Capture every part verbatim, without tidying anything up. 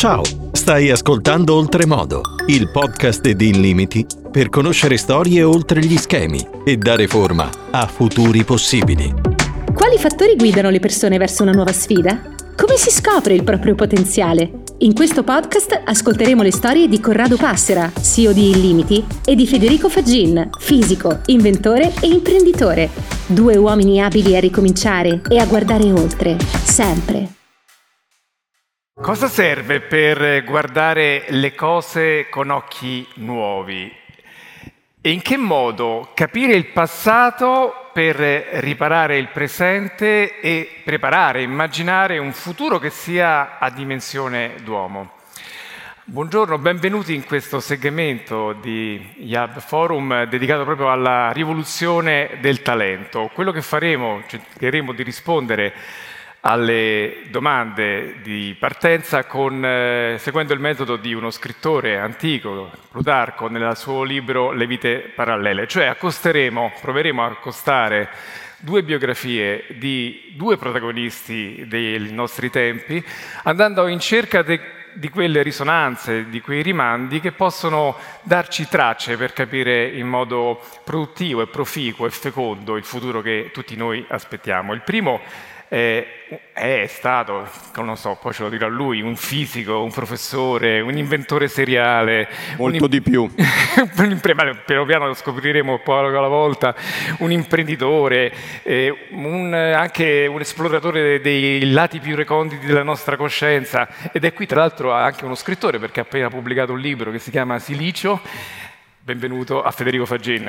Ciao, stai ascoltando Oltremodo, il podcast di Illimiti per conoscere storie oltre gli schemi e dare forma a futuri possibili. Quali fattori guidano le persone verso una nuova sfida? Come si scopre il proprio potenziale? In questo podcast ascolteremo le storie di Corrado Passera, C E O di Illimiti, e di Federico Faggin, fisico, inventore e imprenditore. Due uomini abili a ricominciare e a guardare oltre, sempre. Cosa serve per guardare le cose con occhi nuovi? E in che modo capire il passato per riparare il presente e preparare, immaginare un futuro che sia a dimensione d'uomo? Buongiorno, benvenuti in questo segmento di Yab Forum dedicato proprio alla rivoluzione del talento. Quello che faremo, cercheremo di rispondere alle domande di partenza con, eh, seguendo il metodo di uno scrittore antico, Plutarco, nel suo libro Le vite parallele, cioè accosteremo, proveremo a accostare due biografie di due protagonisti dei nostri tempi, andando in cerca de, di quelle risonanze, di quei rimandi che possono darci tracce per capire in modo produttivo e proficuo e fecondo il futuro che tutti noi aspettiamo. Il primo È, è stato, non so, poi ce lo dirà lui, un fisico, un professore, un inventore seriale. Molto un, di più. Piano piano lo scopriremo poco alla volta. Un imprenditore, eh, un, anche un esploratore dei lati più reconditi della nostra coscienza. Ed è qui tra l'altro anche uno scrittore, perché ha appena pubblicato un libro che si chiama Silicio. Benvenuto a Federico Faggin.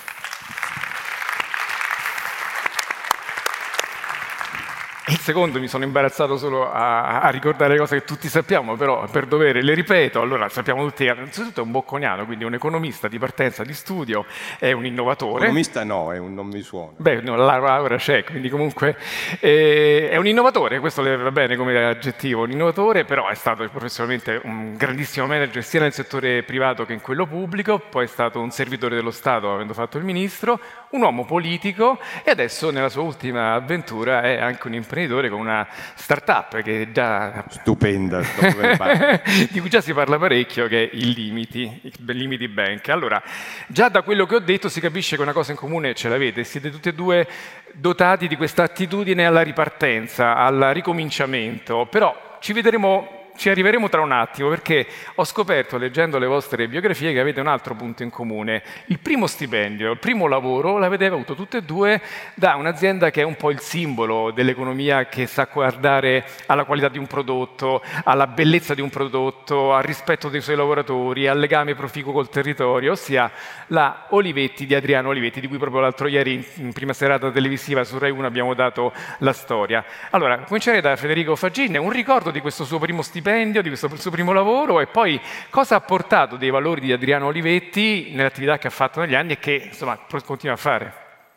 Il secondo, mi sono imbarazzato solo a, a ricordare cose che tutti sappiamo, però per dovere le ripeto. Allora, sappiamo tutti che innanzitutto è un bocconiano, quindi un economista di partenza, di studio, è un innovatore. Economista no, è un non mi suona. Beh, no, la laurea c'è, quindi comunque eh, è un innovatore, questo le va bene come aggettivo, un innovatore, però è stato professionalmente un grandissimo manager sia nel settore privato che in quello pubblico, poi è stato un servitore dello Stato avendo fatto il ministro, un uomo politico e adesso nella sua ultima avventura è anche un imprenditore con una startup che già stupenda di cui già si parla parecchio, che è Illimiti, Illimiti Bank. Allora, già da quello che ho detto si capisce che una cosa in comune ce l'avete, siete tutti e due dotati di questa attitudine alla ripartenza, al ricominciamento, però ci vedremo Ci arriveremo tra un attimo, perché ho scoperto, leggendo le vostre biografie, che avete un altro punto in comune. Il primo stipendio, il primo lavoro, l'avete avuto tutte e due da un'azienda che è un po' il simbolo dell'economia, che sa guardare alla qualità di un prodotto, alla bellezza di un prodotto, al rispetto dei suoi lavoratori, al legame proficuo col territorio, ossia la Olivetti di Adriano Olivetti, di cui proprio l'altro ieri in prima serata televisiva su Rai uno abbiamo dato la storia. Allora, comincerei da Federico Faggin, un ricordo di questo suo primo stipendio, di questo suo primo lavoro, e poi cosa ha portato dei valori di Adriano Olivetti nell'attività che ha fatto negli anni e che insomma continua a fare.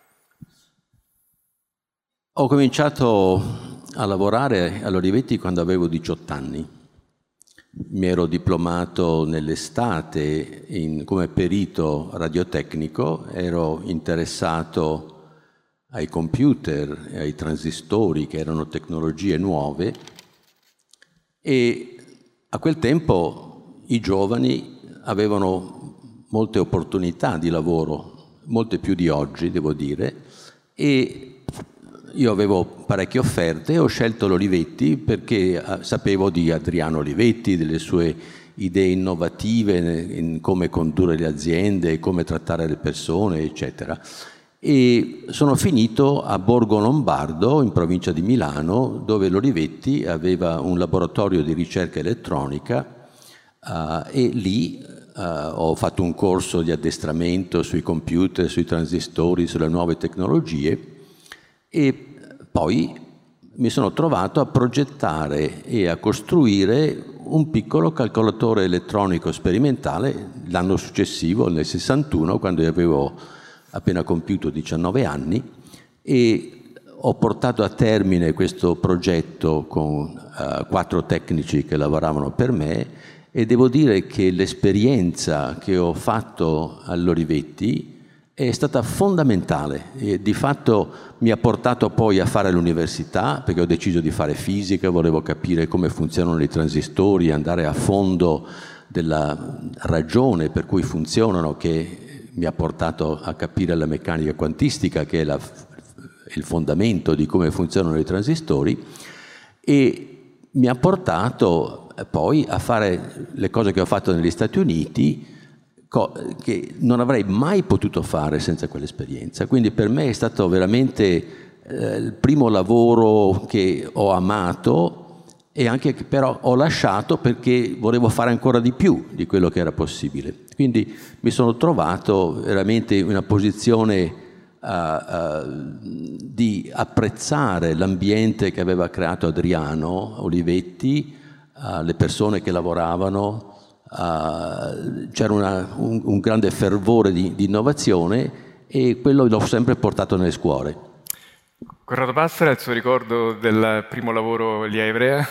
Ho cominciato a lavorare all'Olivetti quando avevo diciotto anni. Mi ero diplomato nell'estate in, come perito radiotecnico, ero interessato ai computer e ai transistori, che erano tecnologie nuove. E a quel tempo i giovani avevano molte opportunità di lavoro, molte più di oggi, devo dire, e io avevo parecchie offerte e ho scelto l'Olivetti perché sapevo di Adriano Olivetti, delle sue idee innovative in come condurre le aziende, come trattare le persone, eccetera. E sono finito a Borgo Lombardo, in provincia di Milano, dove l'Olivetti aveva un laboratorio di ricerca elettronica uh, e lì uh, ho fatto un corso di addestramento sui computer, sui transistori, sulle nuove tecnologie, e poi mi sono trovato a progettare e a costruire un piccolo calcolatore elettronico sperimentale l'anno successivo, nel sessantuno, quando io avevo appena compiuto diciannove anni, e ho portato a termine questo progetto con uh, quattro tecnici che lavoravano per me, e devo dire che l'esperienza che ho fatto all'Olivetti è stata fondamentale e di fatto mi ha portato poi a fare l'università, perché ho deciso di fare fisica, volevo capire come funzionano i transistori, andare a fondo della ragione per cui funzionano, che mi ha portato a capire la meccanica quantistica, che è la, il fondamento di come funzionano i transistori, e mi ha portato poi a fare le cose che ho fatto negli Stati Uniti, che non avrei mai potuto fare senza quell'esperienza. Quindi per me è stato veramente eh, il primo lavoro che ho amato e anche che però ho lasciato perché volevo fare ancora di più di quello che era possibile. Quindi mi sono trovato veramente in una posizione uh, uh, di apprezzare l'ambiente che aveva creato Adriano Olivetti, uh, le persone che lavoravano. Uh, c'era una, un, un grande fervore di, di innovazione e quello l'ho sempre portato nelle scuole. Corrado Passera, il suo ricordo del primo lavoro lì a Ivrea?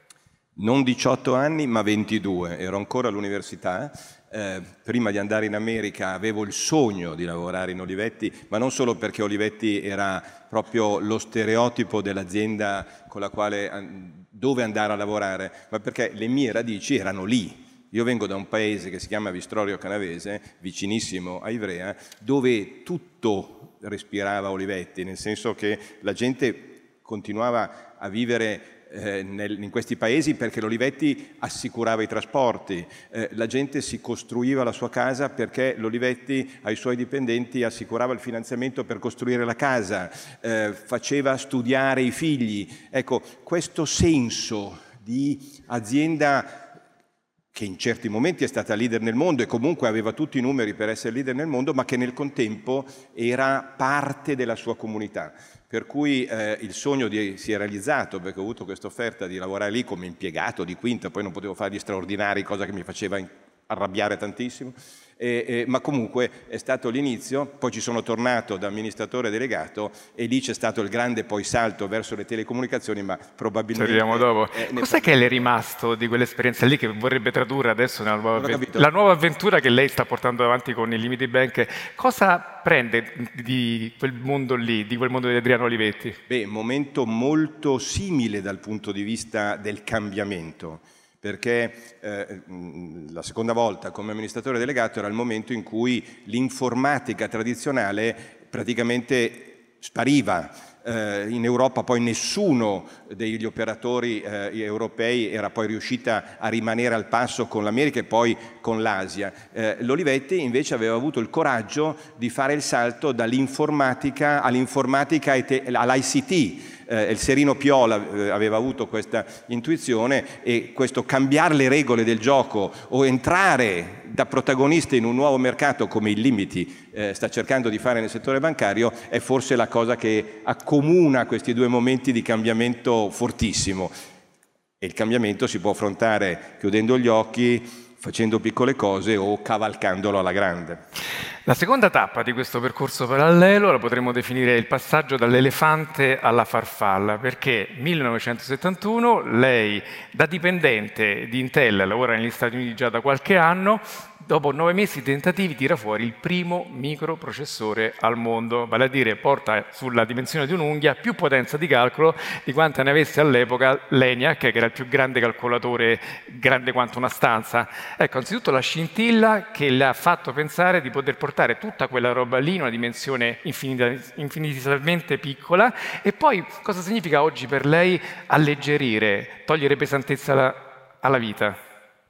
Non diciotto anni, ma ventidue. Ero ancora all'università. Eh, prima di andare in America avevo il sogno di lavorare in Olivetti, ma non solo perché Olivetti era proprio lo stereotipo dell'azienda con la quale, dove andare a lavorare, ma perché le mie radici erano lì. Io vengo da un paese che si chiama Vistrorio Canavese, vicinissimo a Ivrea, dove tutto respirava Olivetti, nel senso che la gente continuava a vivere eh, nel, in questi paesi perché l'Olivetti assicurava i trasporti, eh, la gente si costruiva la sua casa perché l'Olivetti ai suoi dipendenti assicurava il finanziamento per costruire la casa, eh, faceva studiare i figli. Ecco, questo senso di azienda che in certi momenti è stata leader nel mondo e comunque aveva tutti i numeri per essere leader nel mondo, ma che nel contempo era parte della sua comunità. Per cui eh, il sogno di, si è realizzato, perché ho avuto questa offerta di lavorare lì come impiegato di quinta, poi non potevo fare gli straordinari, cosa che mi faceva arrabbiare tantissimo, e, e, ma comunque è stato l'inizio. Poi ci sono tornato da amministratore delegato e lì c'è stato il grande poi salto verso le telecomunicazioni, ma probabilmente... Ci arriviamo dopo. Eh, Cos'è fa... che le è rimasto di quell'esperienza lì che vorrebbe tradurre adesso nella nuova, avvent- la nuova avventura che lei sta portando avanti con il Limited Bank? Cosa prende di quel mondo lì, di quel mondo di Adriano Olivetti? Beh, un momento molto simile dal punto di vista del cambiamento, perché eh, la seconda volta come amministratore delegato era il momento in cui l'informatica tradizionale praticamente spariva. Eh, in Europa poi nessuno degli operatori eh, europei era poi riuscita a rimanere al passo con l'America e poi con l'Asia. Eh, L'Olivetti invece aveva avuto il coraggio di fare il salto dall'informatica all'informatica all'I C T. Eh, il Serino Piola eh, aveva avuto questa intuizione e questo cambiare le regole del gioco o entrare da protagonista in un nuovo mercato come il Limiti eh, sta cercando di fare nel settore bancario è forse la cosa che accomuna questi due momenti di cambiamento fortissimo. E il cambiamento si può affrontare chiudendo gli occhi, facendo piccole cose o cavalcandolo alla grande. La seconda tappa di questo percorso parallelo la potremmo definire il passaggio dall'elefante alla farfalla, perché millenovecentosettantuno lei, da dipendente di Intel, lavora negli Stati Uniti già da qualche anno, dopo nove mesi di tentativi tira fuori il primo microprocessore al mondo, vale a dire porta sulla dimensione di un'unghia più potenza di calcolo di quanta ne avesse all'epoca l'ENIAC, che era il più grande calcolatore, grande quanto una stanza. Ecco, anzitutto la scintilla che le ha fatto pensare di poter portare tutta quella roba lì in una dimensione infinita, infinitamente piccola, e poi cosa significa oggi per lei alleggerire, togliere pesantezza alla, alla vita?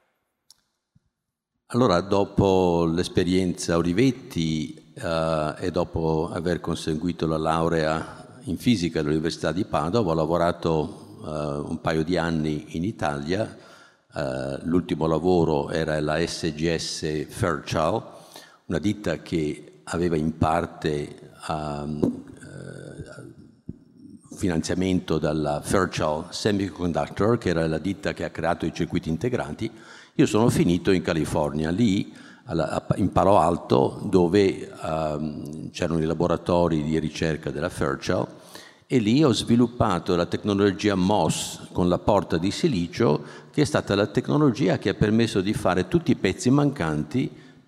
Allora, dopo l'esperienza Olivetti eh, e dopo aver conseguito la laurea in fisica all'Università di Padova, ho lavorato eh, un paio di anni in Italia. Eh, l'ultimo lavoro era la S G S Fairchild, una ditta che aveva in parte um, eh, finanziamento dalla Fairchild Semiconductor, che era la ditta che ha creato i circuiti integrati. Io sono finito in California, lì in Palo Alto, dove um, c'erano i laboratori di ricerca della Fairchild, e lì ho sviluppato la tecnologia M O S con la porta di silicio, che è stata la tecnologia che ha permesso di fare tutti i pezzi mancanti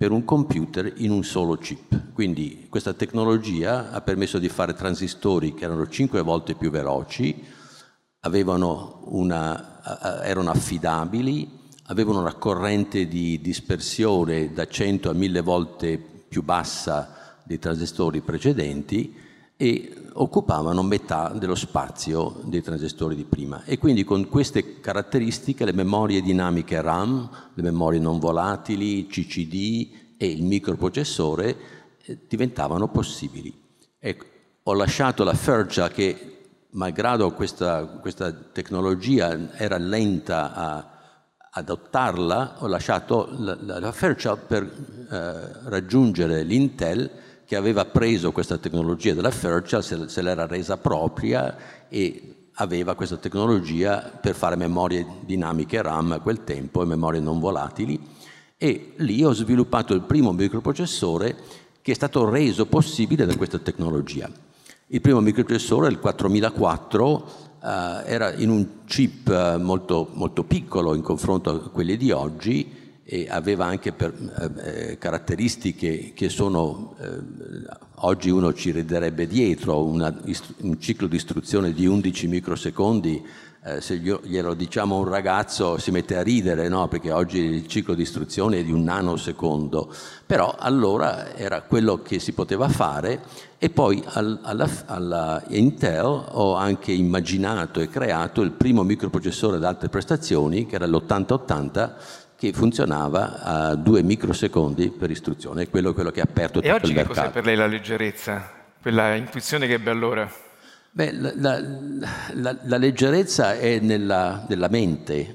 per un computer in un solo chip. Quindi questa tecnologia ha permesso di fare transistori che erano cinque volte più veloci, avevano una, erano affidabili, avevano una corrente di dispersione da cento a mille volte più bassa dei transistori precedenti e occupavano metà dello spazio dei transistori di prima. E quindi con queste caratteristiche le memorie dinamiche RAM, le memorie non volatili, C C D e il microprocessore eh, diventavano possibili. E ho lasciato la Fairchild che, malgrado questa, questa tecnologia era lenta a adottarla, ho lasciato la, la, la Fairchild per eh, raggiungere l'Intel, che aveva preso questa tecnologia della Fairchild, se, se l'era resa propria e aveva questa tecnologia per fare memorie dinamiche RAM a quel tempo e memorie non volatili, e lì ho sviluppato il primo microprocessore che è stato reso possibile da questa tecnologia. Il primo microprocessore, il quattromilaquattro, Uh, era in un chip uh, molto, molto piccolo in confronto a quelli di oggi e aveva anche per, uh, caratteristiche che sono, uh, oggi uno ci riderebbe dietro, una, un ciclo di istruzione di undici microsecondi. Uh, se glielo diciamo a un ragazzo si mette a ridere, no? Perché oggi il ciclo di istruzione è di un nanosecondo, però allora era quello che si poteva fare. E poi al, alla, alla Intel ho anche immaginato e creato il primo microprocessore ad alte prestazioni, che era l'ottanta ottanta, che funzionava a due microsecondi per istruzione, quello, quello che ha aperto tutto il mercato. E oggi che cos'è per lei la leggerezza? Quella intuizione che ebbe allora? Beh, la, la, la, la leggerezza è nella, nella mente.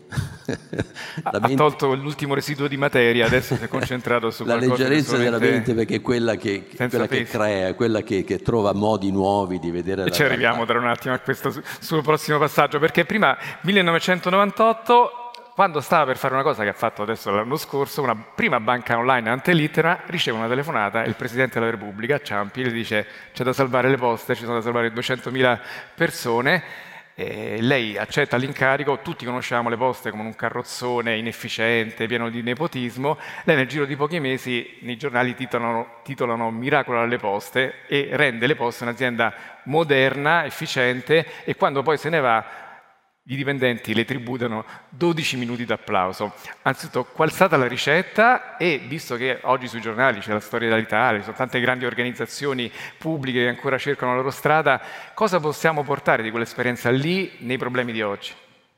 Ha, la mente. mente. Ha tolto l'ultimo residuo di materia, adesso si è concentrato su la qualcosa leggerezza della mente, perché è quella che, quella che crea, quella che, che trova modi nuovi di vedere e la ci arriviamo tra un attimo a questo suo prossimo passaggio, perché prima millenovecentonovantotto, quando stava per fare una cosa che ha fatto adesso l'anno scorso, una prima banca online antelittera, riceve una telefonata e il Presidente della Repubblica, Ciampi, le dice c'è da salvare le poste, ci sono da salvare duecentomila persone. E lei accetta l'incarico, tutti conosciamo le poste come un carrozzone inefficiente, pieno di nepotismo. Lei nel giro di pochi mesi nei giornali titolano, titolano Miracolo alle poste e rende le poste un'azienda moderna, efficiente, e quando poi se ne va i dipendenti le tributano dodici minuti d'applauso. Anzitutto, qual è stata la ricetta? E visto che oggi sui giornali c'è la storia dell'Italia, ci sono tante grandi organizzazioni pubbliche che ancora cercano la loro strada, cosa possiamo portare di quell'esperienza lì nei problemi di oggi?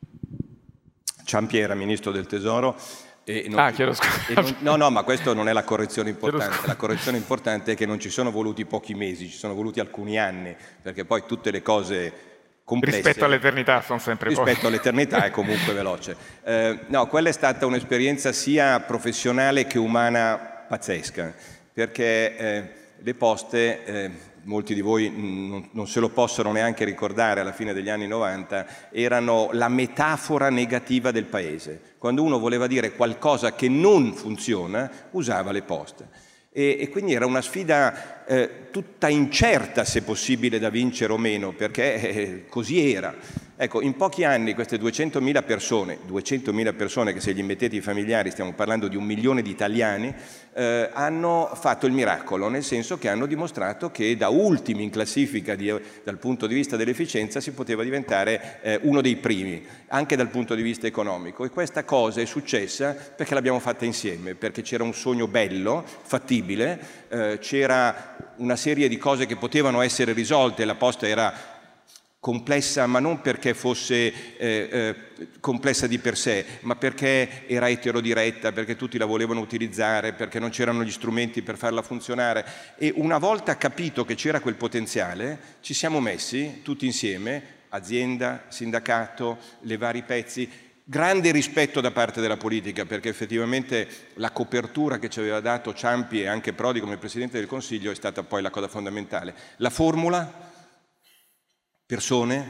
Ciampi era Ministro del Tesoro. E non, ah, chiedo scusa. E non, no, no, ma questo non è la correzione importante. La correzione importante è che non ci sono voluti pochi mesi, ci sono voluti alcuni anni, perché poi tutte le cose complesse, rispetto all'eternità sono sempre rispetto poche. all'eternità è comunque veloce. Eh, no, quella è stata un'esperienza sia professionale che umana pazzesca, perché eh, le poste, eh, molti di voi non, non se lo possono neanche ricordare, alla fine degli anni novanta, erano la metafora negativa del paese. Quando uno voleva dire qualcosa che non funziona, usava le poste. E, e quindi era una sfida eh, tutta incerta, se possibile, da vincere o meno, perché eh, così era. Ecco, in pochi anni queste duecentomila persone, duecentomila persone che se gli mettete i familiari, stiamo parlando di un milione di italiani, eh, hanno fatto il miracolo, nel senso che hanno dimostrato che da ultimi in classifica di, dal punto di vista dell'efficienza si poteva diventare eh, uno dei primi, anche dal punto di vista economico. E questa cosa è successa perché l'abbiamo fatta insieme, perché c'era un sogno bello, fattibile, eh, c'era una serie di cose che potevano essere risolte, la posta era complessa, ma non perché fosse eh, eh, complessa di per sé, ma perché era eterodiretta, perché tutti la volevano utilizzare, perché non c'erano gli strumenti per farla funzionare. E una volta capito che c'era quel potenziale, ci siamo messi tutti insieme, azienda, sindacato, le vari pezzi. Grande rispetto da parte della politica, perché effettivamente la copertura che ci aveva dato Ciampi e anche Prodi come Presidente del Consiglio è stata poi la cosa fondamentale. La formula: persone,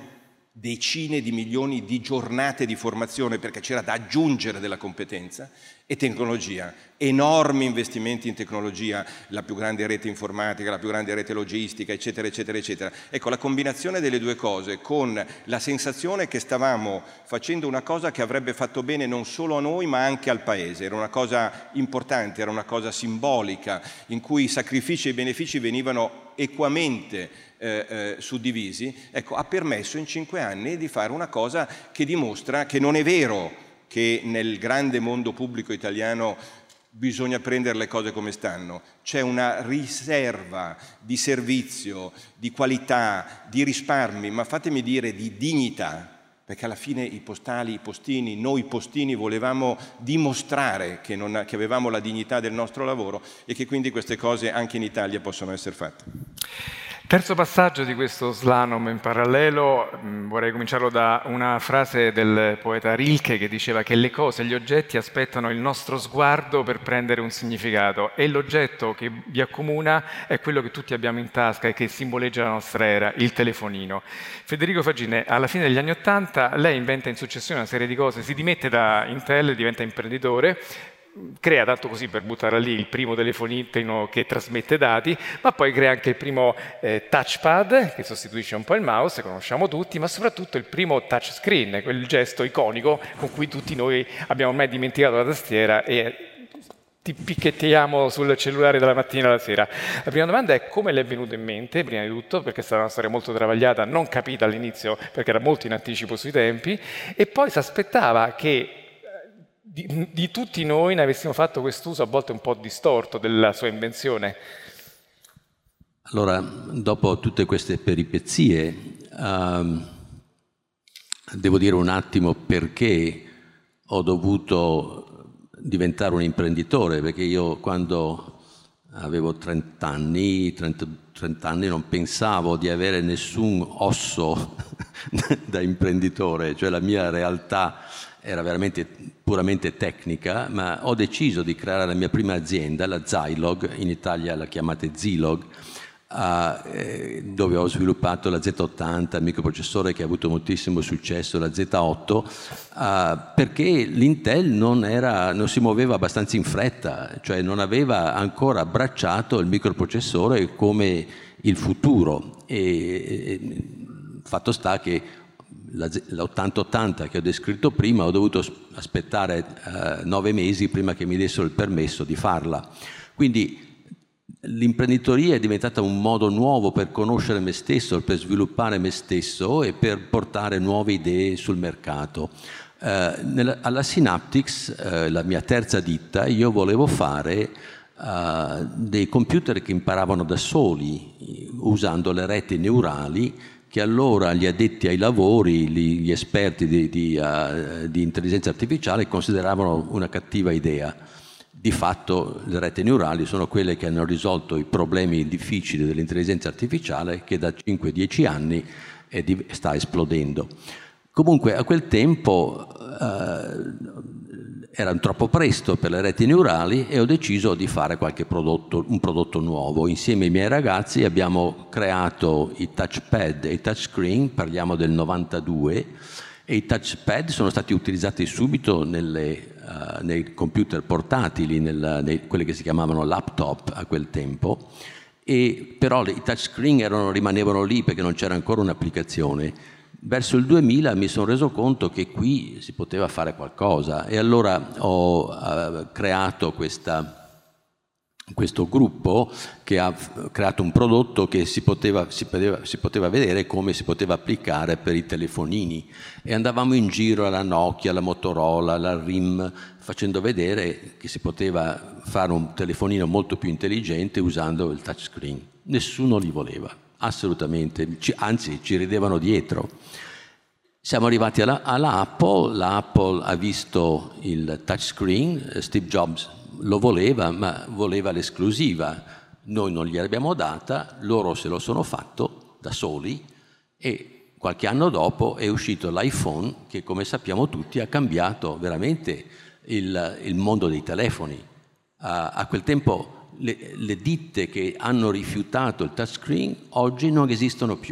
decine di milioni di giornate di formazione perché c'era da aggiungere della competenza, e tecnologia, enormi investimenti in tecnologia, la più grande rete informatica, la più grande rete logistica, eccetera, eccetera, eccetera. Ecco, la combinazione delle due cose con la sensazione che stavamo facendo una cosa che avrebbe fatto bene non solo a noi ma anche al Paese, era una cosa importante, era una cosa simbolica, in cui i sacrifici e i benefici venivano equamente eh, eh, suddivisi, ecco, ha permesso in cinque anni di fare una cosa che dimostra che non è vero che nel grande mondo pubblico italiano bisogna prendere le cose come stanno. C'è una riserva di servizio, di qualità, di risparmi, ma fatemi dire di dignità, perché alla fine i postali, i postini, noi postini volevamo dimostrare che, non, che avevamo la dignità del nostro lavoro e che quindi queste cose anche in Italia possono essere fatte. Terzo passaggio di questo slalom in parallelo, mh, vorrei cominciarlo da una frase del poeta Rilke che diceva che le cose, gli oggetti aspettano il nostro sguardo per prendere un significato, e l'oggetto che vi accomuna è quello che tutti abbiamo in tasca e che simboleggia la nostra era, il telefonino. Federico Fagin, alla fine degli anni Ottanta lei inventa in successione una serie di cose, si dimette da Intel, diventa imprenditore, crea, tanto così per buttare lì, il primo telefonino che trasmette dati, ma poi crea anche il primo eh, touchpad che sostituisce un po' il mouse, conosciamo tutti, ma soprattutto il primo touchscreen, quel gesto iconico con cui tutti noi abbiamo ormai dimenticato la tastiera e ti picchettiamo sul cellulare dalla mattina alla sera. La prima domanda è: come le è venuto in mente, prima di tutto, perché è stata una storia molto travagliata, non capita all'inizio perché era molto in anticipo sui tempi, e poi si aspettava che Di, di tutti noi ne avessimo fatto quest'uso a volte un po' distorto della sua invenzione. Allora, dopo tutte queste peripezie, um, devo dire un attimo perché ho dovuto diventare un imprenditore, perché io quando avevo trenta anni, trenta, trenta anni non pensavo di avere nessun osso da imprenditore, cioè la mia realtà era veramente puramente tecnica, ma ho deciso di creare la mia prima azienda, la Zilog, in Italia la chiamate Zilog, eh, dove ho sviluppato la Z ottanta, il microprocessore che ha avuto moltissimo successo, la Z otto, eh, perché l'Intel non, era, non si muoveva abbastanza in fretta, cioè non aveva ancora abbracciato il microprocessore come il futuro. E, e fatto sta che l'ottanta ottanta che ho descritto prima ho dovuto aspettare eh, nove mesi prima che mi dessero il permesso di farla. Quindi l'imprenditoria è diventata un modo nuovo per conoscere me stesso, per sviluppare me stesso e per portare nuove idee sul mercato. Eh, nella, alla Synaptics, eh, la mia terza ditta, io volevo fare eh, dei computer che imparavano da soli, usando le reti neurali che allora gli addetti ai lavori, gli, gli esperti di, di, uh, di intelligenza artificiale consideravano una cattiva idea. Di fatto le reti neurali sono quelle che hanno risolto i problemi difficili dell'intelligenza artificiale, che da cinque dieci anni è di, sta esplodendo. Comunque a quel tempo uh, era troppo presto per le reti neurali e ho deciso di fare qualche prodotto, un prodotto nuovo. Insieme ai miei ragazzi abbiamo creato i touchpad e i touchscreen, parliamo del novantadue, e i touchpad sono stati utilizzati subito nelle, uh, nei computer portatili, nel, nei, quelli che si chiamavano laptop a quel tempo, e però i touchscreen erano, rimanevano lì perché non c'era ancora un'applicazione. Verso il duemila mi sono reso conto che qui si poteva fare qualcosa e allora ho uh, creato questa, questo gruppo che ha creato un prodotto che si poteva, si, poteva, si poteva vedere come si poteva applicare per i telefonini, e andavamo in giro alla Nokia, alla Motorola, alla R I M, facendo vedere che si poteva fare un telefonino molto più intelligente usando il touchscreen. Nessuno li voleva. Assolutamente, anzi ci ridevano dietro. Siamo arrivati alla, alla Apple, la Apple ha visto il touchscreen, Steve Jobs lo voleva, ma voleva l'esclusiva. Noi non gliel'abbiamo data, loro se lo sono fatto da soli, e qualche anno dopo è uscito l'iPhone che, come sappiamo tutti, ha cambiato veramente il, il mondo dei telefoni. A, a quel tempo Le, le ditte che hanno rifiutato il touchscreen oggi non esistono più.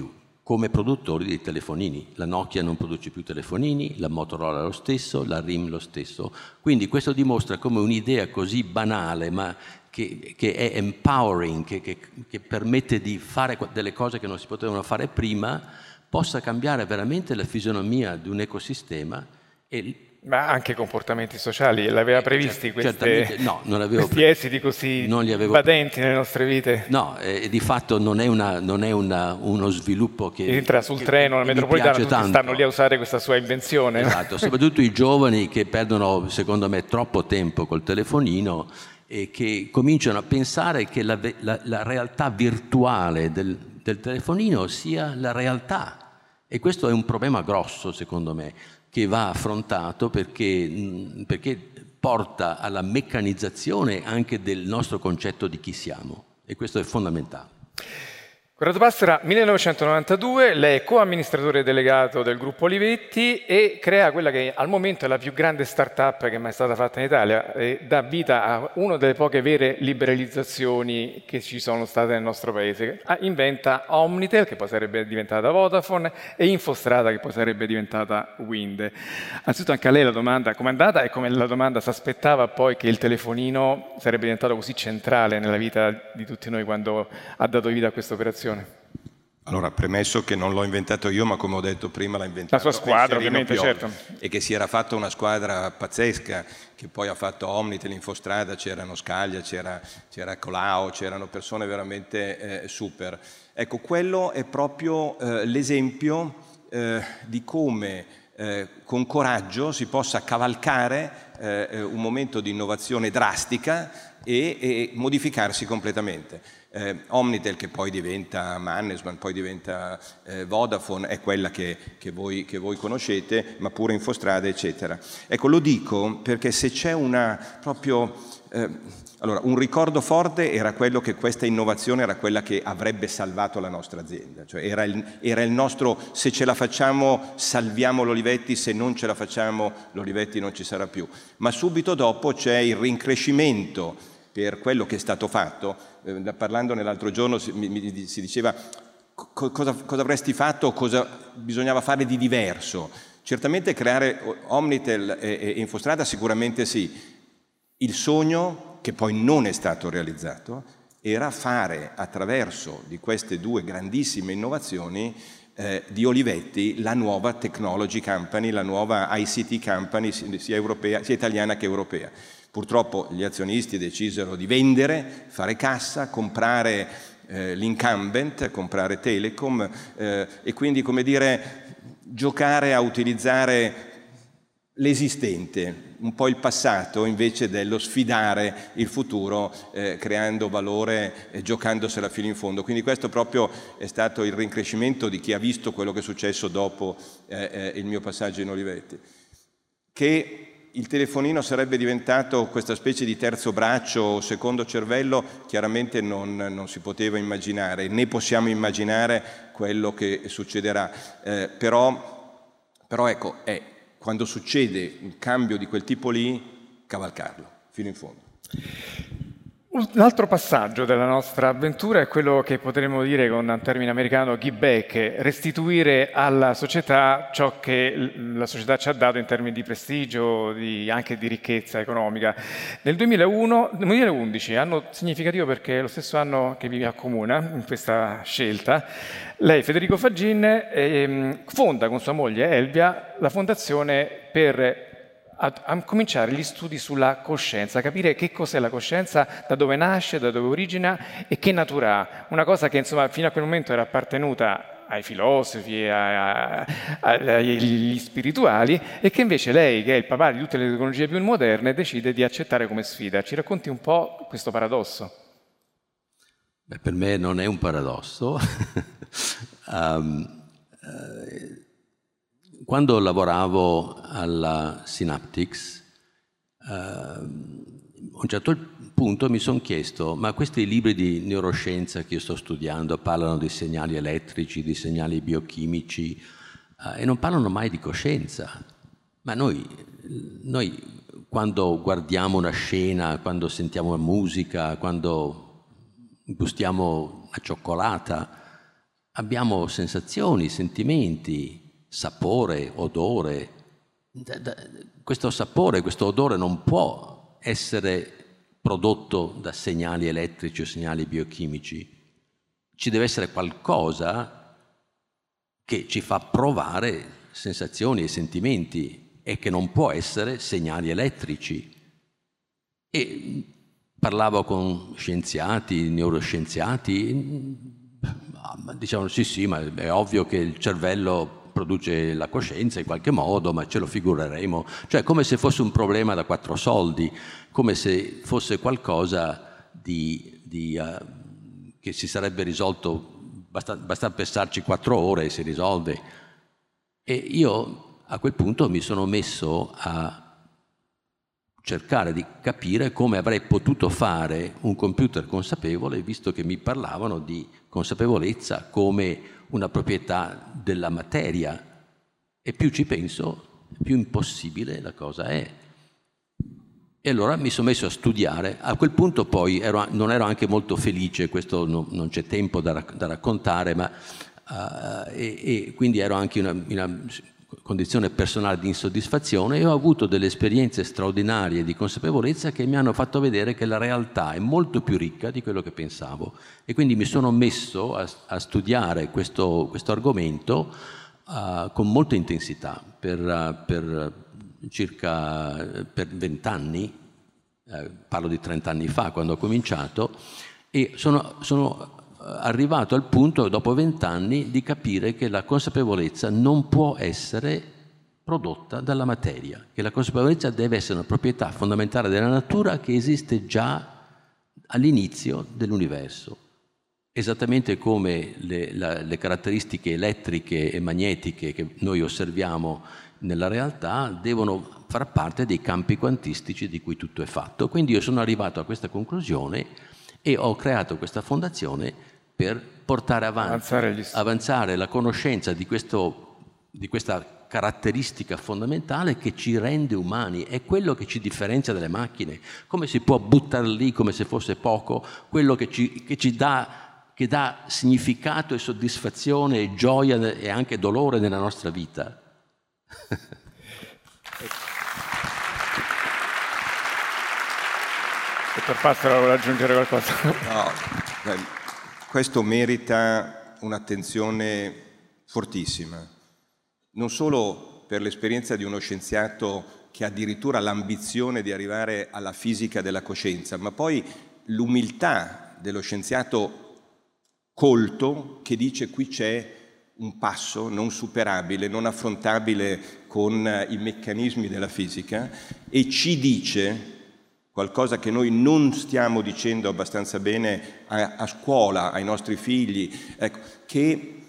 come produttori di telefonini. La Nokia non produce più telefonini, la Motorola lo stesso, la R I M lo stesso. Quindi questo dimostra come un'idea così banale, ma che, che è empowering, che, che, che permette di fare delle cose che non si potevano fare prima, possa cambiare veramente la fisionomia di un ecosistema. E ma anche comportamenti sociali, l'aveva previsti queste, no, non avevo questi esiti così non li avevo invadenti nelle nostre vite? No, eh, di fatto non è, una, non è una, uno sviluppo che entra sul che, treno, la metropolitana, tutti tanto. stanno lì a usare questa sua invenzione. Esatto, soprattutto i giovani che perdono, secondo me, troppo tempo col telefonino e che cominciano a pensare che la, la, la realtà virtuale del, del telefonino sia la realtà. E questo è un problema grosso, secondo me, che va affrontato perché, perché porta alla meccanizzazione anche del nostro concetto di chi siamo, e questo è fondamentale. Corrado Passera, millenovecentonovantadue, lei è coamministratore delegato del gruppo Olivetti e crea quella che al momento è la più grande start-up che mai è stata fatta in Italia e dà vita a una delle poche vere liberalizzazioni che ci sono state nel nostro paese. Inventa Omnitel, che poi sarebbe diventata Vodafone, e Infostrada, che poi sarebbe diventata Wind. Anzitutto anche a lei la domanda come è andata e come la domanda si aspettava poi che il telefonino sarebbe diventato così centrale nella vita di tutti noi quando ha dato vita a questa operazione. Allora, premesso che non l'ho inventato io, ma come ho detto prima l'ha inventato la sua squadra, ovviamente, Pioli, certo. E che si era fatta una squadra pazzesca, che poi ha fatto Omnitel, Infostrada, c'erano Scaglia, c'era, c'era Colau, c'erano persone veramente eh, super. Ecco, quello è proprio eh, l'esempio eh, di come eh, con coraggio si possa cavalcare eh, un momento di innovazione drastica e, e modificarsi completamente. Eh, Omnitel, che poi diventa Mannesmann, poi diventa eh, Vodafone, è quella che, che, voi, che voi conoscete, ma pure Infostrada, eccetera. Ecco, lo dico perché se c'è una proprio... Eh, allora, un ricordo forte era quello che questa innovazione era quella che avrebbe salvato la nostra azienda, cioè era il, era il nostro se ce la facciamo salviamo l'Olivetti, se non ce la facciamo l'Olivetti non ci sarà più. Ma subito dopo c'è il rincrescimento per quello che è stato fatto. Eh, parlandone l'altro giorno si, mi, si diceva co, cosa, cosa avresti fatto, cosa bisognava fare di diverso. Certamente creare Omnitel e, e Infostrada sicuramente sì. Il sogno, che poi non è stato realizzato, era fare attraverso di queste due grandissime innovazioni eh, di Olivetti la nuova technology company, la nuova I C T company sia, europea, sia italiana che europea. Purtroppo gli azionisti decisero di vendere, fare cassa, comprare eh, l'incumbent, comprare Telecom eh, e quindi, come dire, giocare a utilizzare l'esistente, un po' il passato, invece dello sfidare il futuro eh, creando valore e giocandosela fino in fondo. Quindi questo proprio è stato il rincrescimento di chi ha visto quello che è successo dopo eh, eh, il mio passaggio in Olivetti. Che il telefonino sarebbe diventato questa specie di terzo braccio o secondo cervello, chiaramente non, non si poteva immaginare, né possiamo immaginare quello che succederà. Eh, però, però ecco, è quando succede un cambio di quel tipo lì, cavalcarlo fino in fondo. Un altro passaggio della nostra avventura è quello che potremmo dire con un termine americano give back, restituire alla società ciò che la società ci ha dato in termini di prestigio, di, anche di ricchezza economica. Nel duemilauno, duemilaundici, anno significativo perché è lo stesso anno che vi accomuna in questa scelta, lei, Federico Faggin, eh, fonda con sua moglie Elvia la fondazione per A, a cominciare gli studi sulla coscienza, capire che cos'è la coscienza, da dove nasce, da dove origina e che natura ha. Una cosa che insomma fino a quel momento era appartenuta ai filosofi, a, a, a, agli spirituali, e che invece lei, che è il papà di tutte le tecnologie più moderne, decide di accettare come sfida. Ci racconti un po' questo paradosso? Beh, per me non è un paradosso. um, uh, Quando lavoravo alla Synaptics, eh, a un certo punto mi sono chiesto, ma questi libri di neuroscienza che io sto studiando parlano di segnali elettrici, di segnali biochimici, eh, e non parlano mai di coscienza. Ma noi, noi quando guardiamo una scena, quando sentiamo musica, quando gustiamo la cioccolata, abbiamo sensazioni, sentimenti, sapore, odore. Questo sapore, questo odore non può essere prodotto da segnali elettrici o segnali biochimici. Ci deve essere qualcosa che ci fa provare sensazioni e sentimenti e che non può essere segnali elettrici. E parlavo con scienziati, neuroscienziati, dicevano sì sì, ma è ovvio che il cervello produce la coscienza in qualche modo, ma ce lo figureremo. Cioè come se fosse un problema da quattro soldi, come se fosse qualcosa di, di, uh, che si sarebbe risolto, basta, basta pensarci quattro ore e si risolve. E io a quel punto mi sono messo a cercare di capire come avrei potuto fare un computer consapevole, visto che mi parlavano di consapevolezza come una proprietà della materia. E più ci penso, più impossibile la cosa è. E allora mi sono messo a studiare. A quel punto poi ero, non ero anche molto felice, questo no, non c'è tempo da, da raccontare, ma uh, e, e quindi ero anche in una, in una condizione personale di insoddisfazione e ho avuto delle esperienze straordinarie di consapevolezza che mi hanno fatto vedere che la realtà è molto più ricca di quello che pensavo. E quindi mi sono messo a, a studiare questo, questo argomento uh, con molta intensità per, uh, per circa per vent'anni, eh, parlo di trent'anni fa quando ho cominciato, e sono, sono arrivato al punto, dopo vent'anni, di capire che la consapevolezza non può essere prodotta dalla materia, che la consapevolezza deve essere una proprietà fondamentale della natura che esiste già all'inizio dell'universo. Esattamente come le, la, le caratteristiche elettriche e magnetiche che noi osserviamo nella realtà devono far parte dei campi quantistici di cui tutto è fatto. Quindi io sono arrivato a questa conclusione e ho creato questa fondazione per portare avanti, avanzare, avanzare la conoscenza di, questo, di questa caratteristica fondamentale che ci rende umani, è quello che ci differenzia dalle macchine. Come si può buttare lì come se fosse poco quello che ci, che ci dà, che dà significato e soddisfazione e gioia e anche dolore nella nostra vita? Dottor Passera, vuole aggiungere qualcosa? No, beh, questo merita un'attenzione fortissima, non solo per l'esperienza di uno scienziato che ha addirittura l'ambizione di arrivare alla fisica della coscienza, ma poi l'umiltà dello scienziato colto che dice qui c'è un passo non superabile, non affrontabile con i meccanismi della fisica, e ci dice qualcosa che noi non stiamo dicendo abbastanza bene a, a scuola, ai nostri figli, ecco, che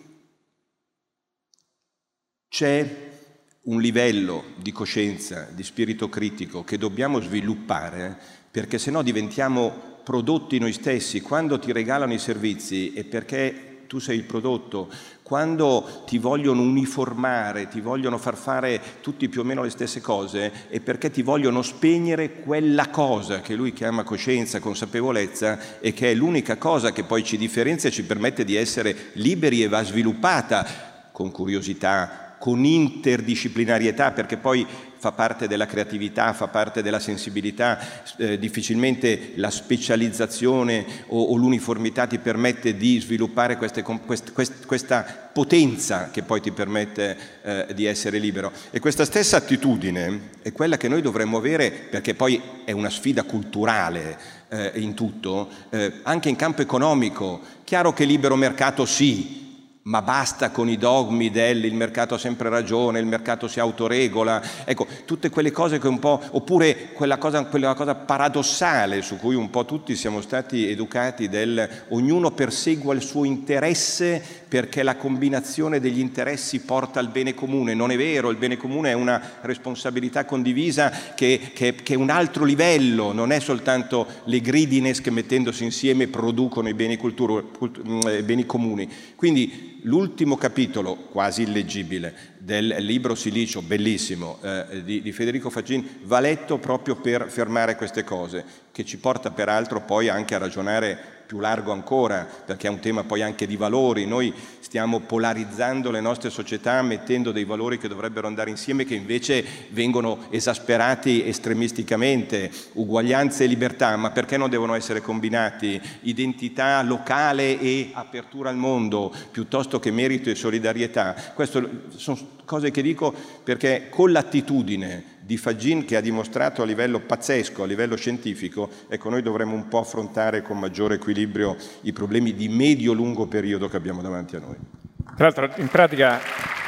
c'è un livello di coscienza, di spirito critico che dobbiamo sviluppare, perché sennò diventiamo prodotti noi stessi. Quando ti regalano i servizi è perché tu sei il prodotto. Quando ti vogliono uniformare, ti vogliono far fare tutti più o meno le stesse cose, è perché ti vogliono spegnere quella cosa che lui chiama coscienza, consapevolezza, e che è l'unica cosa che poi ci differenzia e ci permette di essere liberi, e va sviluppata con curiosità, con interdisciplinarietà, perché poi fa parte della creatività, fa parte della sensibilità. Eh, difficilmente la specializzazione o, o l'uniformità ti permette di sviluppare queste, quest, quest, questa potenza che poi ti permette eh, di essere libero. E questa stessa attitudine è quella che noi dovremmo avere, perché poi è una sfida culturale eh, in tutto, eh, anche in campo economico. Chiaro che libero mercato sì, ma basta con i dogmi del il mercato ha sempre ragione, il mercato si autoregola, ecco, tutte quelle cose che un po', oppure quella cosa, quella cosa paradossale su cui un po' tutti siamo stati educati, del ognuno persegua il suo interesse perché la combinazione degli interessi porta al bene comune. Non è vero, il bene comune è una responsabilità condivisa che, che, che è un altro livello, non è soltanto le greediness che mettendosi insieme producono i beni, cultura, cult, beni comuni. Quindi l'ultimo capitolo, quasi illeggibile, del libro Silicio, bellissimo, eh, di, di Federico Faggin, va letto proprio per fermare queste cose, che ci porta peraltro poi anche a ragionare più largo ancora, perché è un tema poi anche di valori. Noi stiamo polarizzando le nostre società, mettendo dei valori che dovrebbero andare insieme, che invece vengono esasperati estremisticamente. Uguaglianza e libertà, ma perché non devono essere combinati? Identità locale e apertura al mondo, piuttosto che merito e solidarietà. Queste sono cose che dico perché con l'attitudine di Fagin, che ha dimostrato a livello pazzesco, a livello scientifico, ecco, noi dovremmo un po' affrontare con maggiore equilibrio i problemi di medio-lungo periodo che abbiamo davanti a noi. Tra l'altro, in pratica,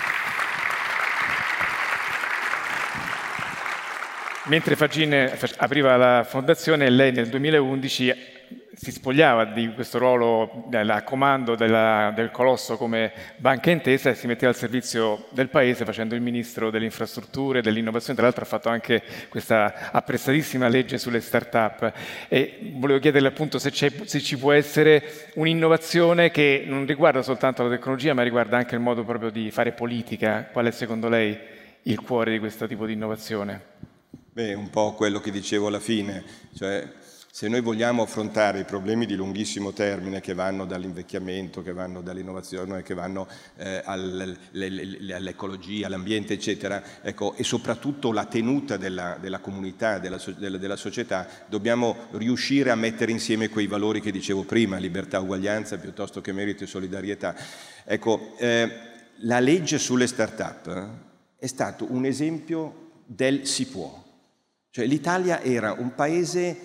mentre Fagin apriva la fondazione, lei nel duemilaundici si spogliava di questo ruolo a comando della, del colosso come Banca Intesa e si metteva al servizio del paese facendo il ministro delle infrastrutture, dell'innovazione. Tra l'altro ha fatto anche questa apprezzatissima legge sulle start-up. E volevo chiederle appunto se, c'è, se ci può essere un'innovazione che non riguarda soltanto la tecnologia, ma riguarda anche il modo proprio di fare politica. Qual è secondo lei il cuore di questo tipo di innovazione? Beh, un po' quello che dicevo alla fine, cioè se noi vogliamo affrontare i problemi di lunghissimo termine che vanno dall'invecchiamento, che vanno dall'innovazione, che vanno eh, all'ecologia, all'ambiente, eccetera, ecco, e soprattutto la tenuta della, della comunità, della, della, della società, dobbiamo riuscire a mettere insieme quei valori che dicevo prima, libertà, uguaglianza, piuttosto che merito e solidarietà. Ecco, eh, la legge sulle start-up è stato un esempio del si può. Cioè l'Italia era un paese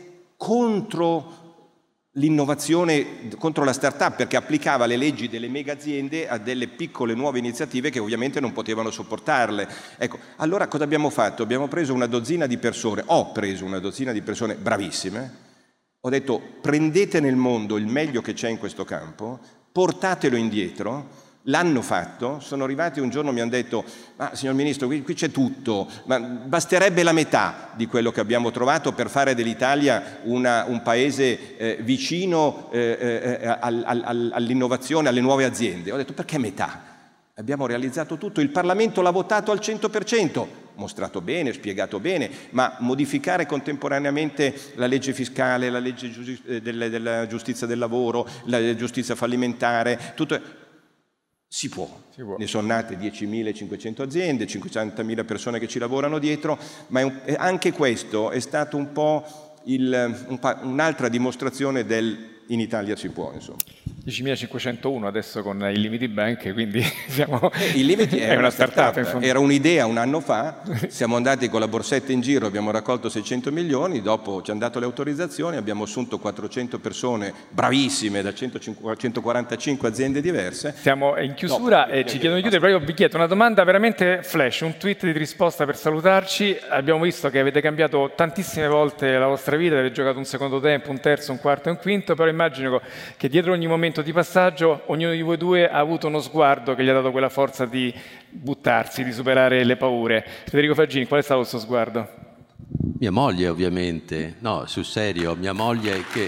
contro l'innovazione, contro la start-up, perché applicava le leggi delle mega aziende a delle piccole nuove iniziative che ovviamente non potevano sopportarle. Ecco, allora cosa abbiamo fatto? Abbiamo preso una dozzina di persone, ho preso una dozzina di persone bravissime, ho detto prendete nel mondo il meglio che c'è in questo campo, portatelo indietro. L'hanno fatto, sono arrivati un giorno e mi hanno detto ma signor Ministro, qui, qui c'è tutto, ma basterebbe la metà di quello che abbiamo trovato per fare dell'Italia una, un paese eh, vicino eh, eh, all, all, all'innovazione, alle nuove aziende. Ho detto perché metà? Abbiamo realizzato tutto, il Parlamento l'ha votato al cento per cento, mostrato bene, spiegato bene, ma modificare contemporaneamente la legge fiscale, la legge giusti- della, della giustizia del lavoro, la giustizia fallimentare, tutto... Si può. si può, ne sono nate diecimilacinquecento aziende, cinquecentomila persone che ci lavorano dietro, ma è un, anche questo è stato un po' il, un pa, un'altra dimostrazione del in Italia si può, insomma. diecimilacinquecentouno adesso con il Limiti Bank, quindi siamo... Il Limiti è, è una start-up, start era un'idea un anno fa, siamo andati con la borsetta in giro, abbiamo raccolto seicento milioni, dopo ci hanno dato le autorizzazioni, abbiamo assunto quattrocento persone bravissime da centoquarantacinque aziende diverse. Siamo in chiusura no, e ci chiedono di chiudere, però io vi chiedo una domanda veramente flash, un tweet di risposta per salutarci. Abbiamo visto che avete cambiato tantissime volte la vostra vita, avete giocato un secondo tempo, un terzo, un quarto e un quinto, però immagino che dietro ogni momento di passaggio ognuno di voi due ha avuto uno sguardo che gli ha dato quella forza di buttarsi, di superare le paure. Federico Fagin, qual è stato il suo sguardo? Mia moglie, ovviamente. No, sul serio, mia moglie che...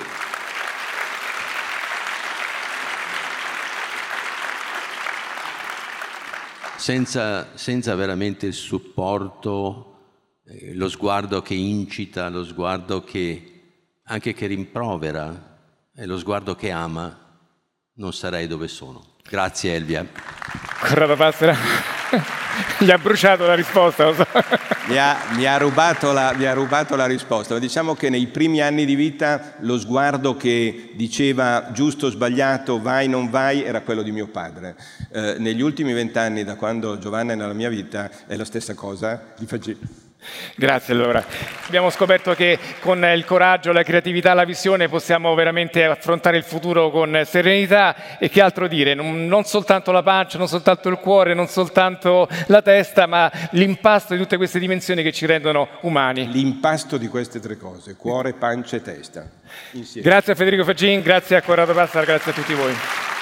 Senza, senza veramente il supporto, eh, lo sguardo che incita, lo sguardo che anche che rimprovera, e lo sguardo che ama, non sarei dove sono. Grazie Elvia. Corrado Passera gli ha bruciato la risposta, lo so. Mi ha, mi, ha rubato la, mi ha rubato la risposta, ma diciamo che nei primi anni di vita lo sguardo che diceva giusto o sbagliato, vai non vai, era quello di mio padre. Eh, negli ultimi vent'anni, da quando Giovanna è nella mia vita, è la stessa cosa di Fagin. Grazie allora. Abbiamo scoperto che con il coraggio, la creatività, la visione possiamo veramente affrontare il futuro con serenità e che altro dire, non, non soltanto la pancia, non soltanto il cuore, non soltanto la testa, ma l'impasto di tutte queste dimensioni che ci rendono umani. L'impasto di queste tre cose, cuore, pancia e testa. Insieme. Grazie a Federico Fagin, grazie a Corrado Passera, grazie a tutti voi.